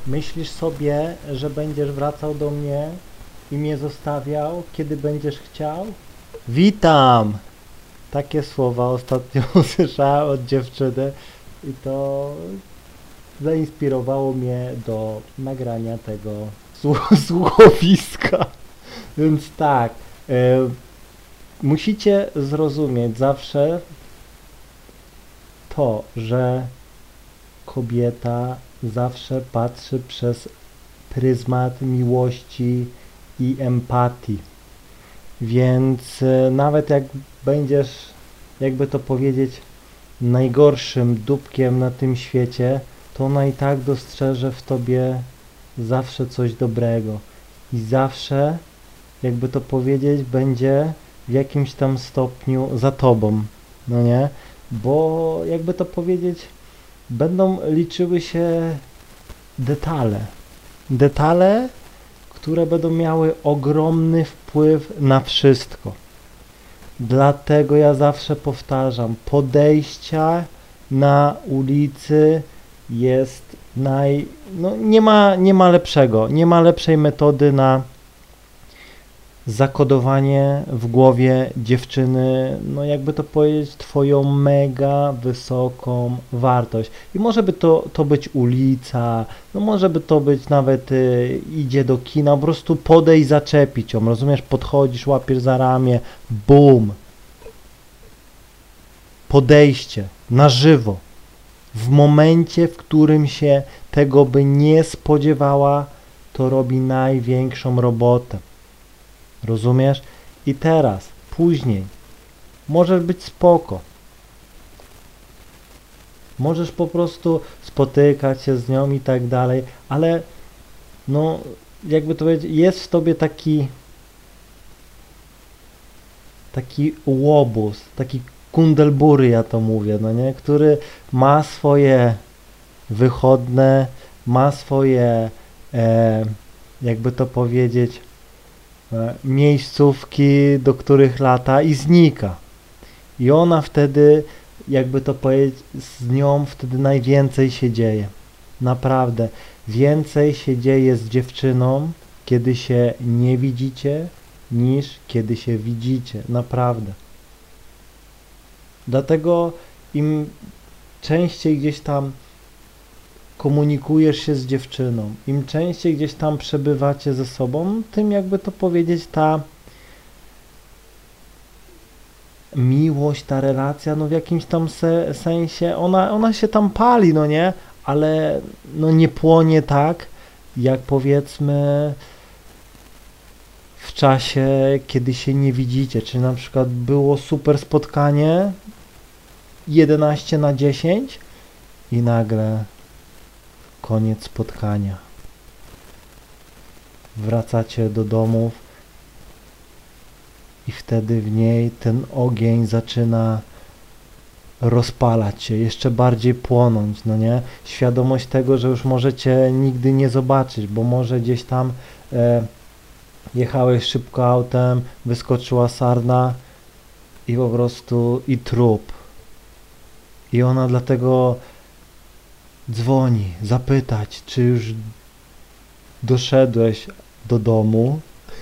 Myślisz sobie, że będziesz wracał do mnie i mnie zostawiał, kiedy będziesz chciał? Witam! Takie słowa ostatnio usłyszałem od dziewczyny i to zainspirowało mnie do nagrania tego słuchowiska. Więc tak, musicie zrozumieć zawsze to, że kobieta zawsze patrzy przez pryzmat miłości i empatii. Więc nawet jak będziesz, jakby to powiedzieć, najgorszym dupkiem na tym świecie, to ona i tak dostrzeże w tobie zawsze coś dobrego. I zawsze, jakby to powiedzieć, będzie w jakimś tam stopniu za tobą. No nie? Bo jakby to powiedzieć, będą liczyły się detale. Detale, które będą miały ogromny wpływ na wszystko. Dlatego ja zawsze powtarzam, podejścia na ulicy jest no nie ma lepszego, nie ma lepszej metody na zakodowanie w głowie dziewczyny, no jakby to powiedzieć, twoją mega wysoką wartość. I może by to być ulica, no może by to być nawet idzie do kina, po prostu podejść, zaczepić ją, rozumiesz, podchodzisz, łapiesz za ramię, bum. Podejście na żywo. W momencie, w którym się tego by nie spodziewała, to robi największą robotę. Rozumiesz? I teraz, później, możesz być spoko. Możesz po prostu spotykać się z nią i tak dalej, ale no, jakby to powiedzieć, jest w tobie taki łobuz, taki kundelbury, ja to mówię, no nie? Który ma swoje wychodne, ma swoje, jakby to powiedzieć, miejscówki, do których lata i znika. I ona wtedy, jakby to powiedzieć, z nią wtedy najwięcej się dzieje. Naprawdę. Więcej się dzieje z dziewczyną, kiedy się nie widzicie, niż kiedy się widzicie. Naprawdę. Dlatego im częściej gdzieś tam komunikujesz się z dziewczyną, im częściej gdzieś tam przebywacie ze sobą, tym jakby to powiedzieć, ta miłość, ta relacja, no w jakimś tam sensie, ona się tam pali, no nie? Ale no nie płonie tak, jak powiedzmy w czasie, kiedy się nie widzicie, czyli na przykład było super spotkanie 11/10 i nagle koniec spotkania. Wracacie do domów i wtedy w niej ten ogień zaczyna rozpalać się, jeszcze bardziej płonąć, no nie? Świadomość tego, że już możecie nigdy nie zobaczyć, bo może gdzieś tam jechałeś szybko autem, wyskoczyła sarna i po prostu i trup. I ona dlatego dzwoni, zapytać, czy już doszedłeś do domu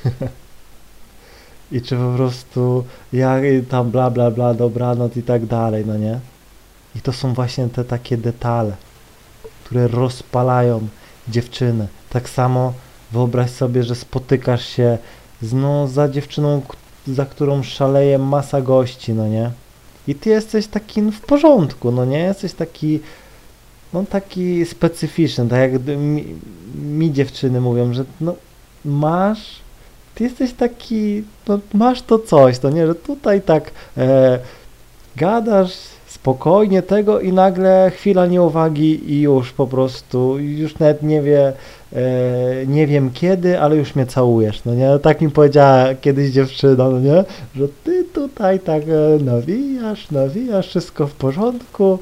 i czy po prostu jak tam bla bla bla, dobranoc i tak dalej, no nie? I to są właśnie te takie detale, które rozpalają dziewczynę. Tak samo wyobraź sobie, że spotykasz się za dziewczyną, za którą szaleje masa gości, no nie? I ty jesteś taki w porządku, no nie? Jesteś taki no taki specyficzny, tak jak mi dziewczyny mówią, że no ty jesteś taki, no masz to coś, to nie, że tutaj tak gadasz spokojnie tego i nagle chwila nieuwagi i już po prostu, już nawet nie wiem kiedy, ale już mnie całujesz, no nie, tak mi powiedziała kiedyś dziewczyna, no nie, że ty tutaj tak nawijasz, wszystko w porządku,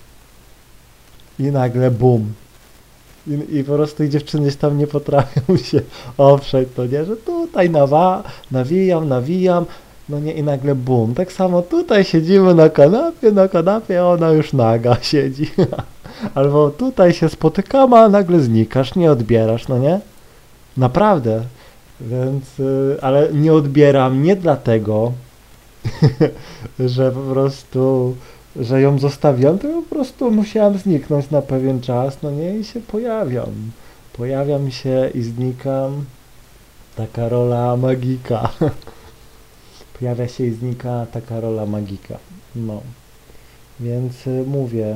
i nagle bum. I po prostu dziewczyny gdzieś tam nie potrafią się oprzeć, to nie, że tutaj nawijam, no nie, i nagle bum. Tak samo tutaj siedzimy na kanapie, a ona już naga siedzi. Albo tutaj się spotykamy, a nagle znikasz, nie odbierasz, no nie? Naprawdę. Więc, ale nie odbieram nie dlatego, że po prostu, że ją zostawiam, to po prostu musiałam zniknąć na pewien czas, no nie, i się pojawiam. Pojawiam się i znikam. Taka rola magika. Pojawia się i znika taka rola magika. No. Więc mówię,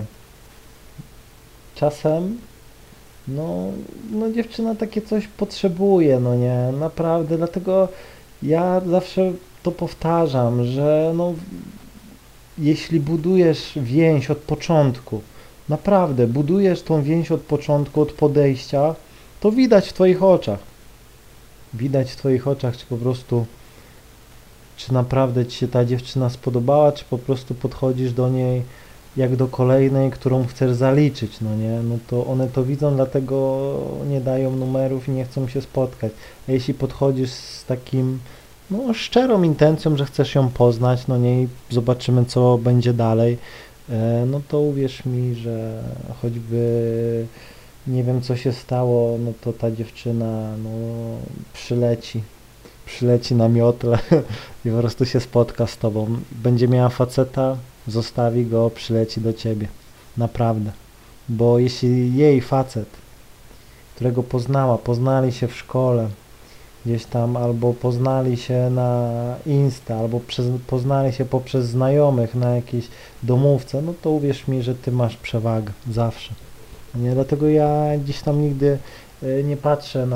czasem no dziewczyna takie coś potrzebuje, no nie, naprawdę, dlatego ja zawsze to powtarzam, że no jeśli budujesz więź od początku, naprawdę budujesz tą więź od początku, od podejścia, to widać w twoich oczach. Widać w twoich oczach, czy po prostu, czy naprawdę ci się ta dziewczyna spodobała, czy po prostu podchodzisz do niej jak do kolejnej, którą chcesz zaliczyć, no nie, no to one to widzą, dlatego nie dają numerów i nie chcą się spotkać. A jeśli podchodzisz z takim, no szczerą intencją, że chcesz ją poznać, no nie, i zobaczymy, co będzie dalej, no to uwierz mi, że choćby nie wiem, co się stało, no to ta dziewczyna, no przyleci na miotle i po prostu się spotka z tobą. Będzie miała faceta, zostawi go, przyleci do ciebie. Naprawdę. Bo jeśli jej facet, którego poznali się w szkole, gdzieś tam, albo poznali się na Insta, albo poznali się poprzez znajomych na jakiejś domówce, no to uwierz mi, że ty masz przewagę. Zawsze. Nie, dlatego ja gdzieś tam nigdy nie patrzę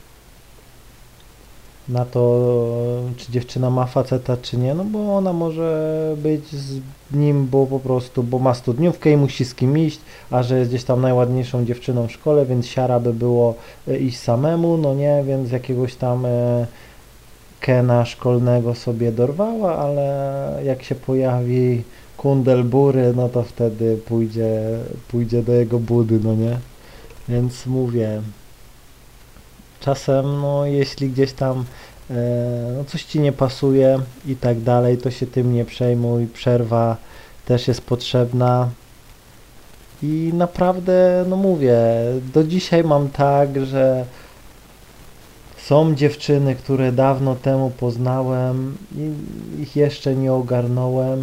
na to, czy dziewczyna ma faceta, czy nie, no bo ona może być z nim, bo po prostu, bo ma studniówkę i musi z kim iść, a że jest gdzieś tam najładniejszą dziewczyną w szkole, więc siara by było iść samemu, no nie, więc jakiegoś tam Kena szkolnego sobie dorwała, ale jak się pojawi kundel bury, no to wtedy pójdzie do jego budy, no nie? Więc mówię, czasem, no jeśli gdzieś tam no coś ci nie pasuje i tak dalej, to się tym nie przejmuj, przerwa też jest potrzebna i naprawdę, no mówię, do dzisiaj mam tak, że są dziewczyny, które dawno temu poznałem i ich jeszcze nie ogarnąłem.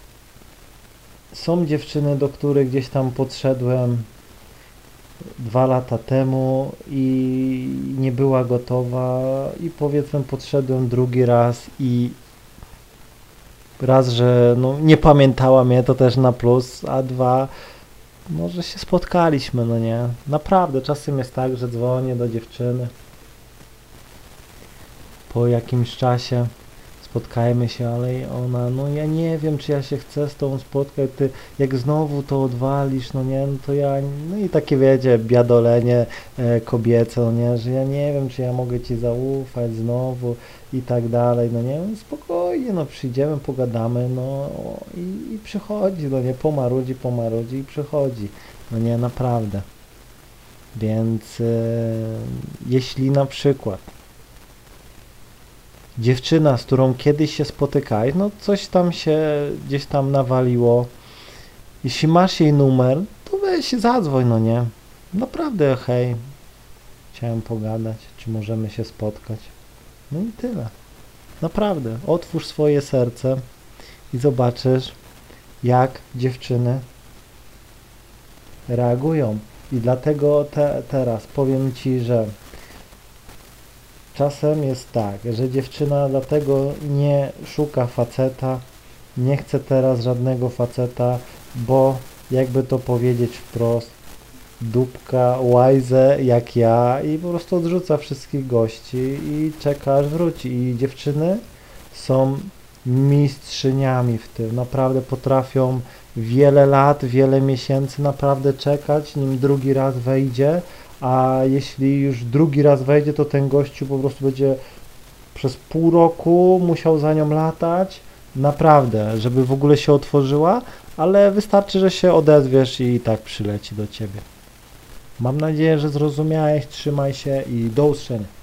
Są dziewczyny, do których gdzieś tam podszedłem 2 lata temu i nie była gotowa i powiedzmy podszedłem drugi raz i raz, że no, nie pamiętała mnie, to też na plus, a 2, może się spotkaliśmy, no nie. Naprawdę, czasem jest tak, że dzwonię do dziewczyny po jakimś czasie, spotkajmy się, ale ona, no ja nie wiem, czy ja się chcę z tobą spotkać, ty jak znowu to odwalisz, no nie, no to ja, no i takie wiecie, biadolenie kobiece, no nie, że ja nie wiem, czy ja mogę ci zaufać znowu i tak dalej, no nie, no spokojnie, no przyjdziemy, pogadamy, no i przychodzi, no nie, pomarudzi i przychodzi, no nie, naprawdę. Więc jeśli na przykład dziewczyna, z którą kiedyś się spotykałeś, no coś tam się gdzieś tam nawaliło. Jeśli masz jej numer, to weź zadzwoń, no nie. Naprawdę, hej, chciałem pogadać, czy możemy się spotkać. No i tyle. Naprawdę, otwórz swoje serce i zobaczysz, jak dziewczyny reagują. I dlatego teraz powiem ci, że czasem jest tak, że dziewczyna dlatego nie szuka faceta, nie chce teraz żadnego faceta, bo jakby to powiedzieć wprost, dupka łajze jak ja i po prostu odrzuca wszystkich gości i czeka aż wróci. I dziewczyny są mistrzyniami w tym, naprawdę potrafią wiele lat, wiele miesięcy naprawdę czekać, nim drugi raz wejdzie, a jeśli już drugi raz wejdzie, to ten gościu po prostu będzie przez pół roku musiał za nią latać, naprawdę, żeby w ogóle się otworzyła, ale wystarczy, że się odezwiesz i tak przyleci do ciebie. Mam nadzieję, że zrozumiałeś, trzymaj się i do usłyszenia.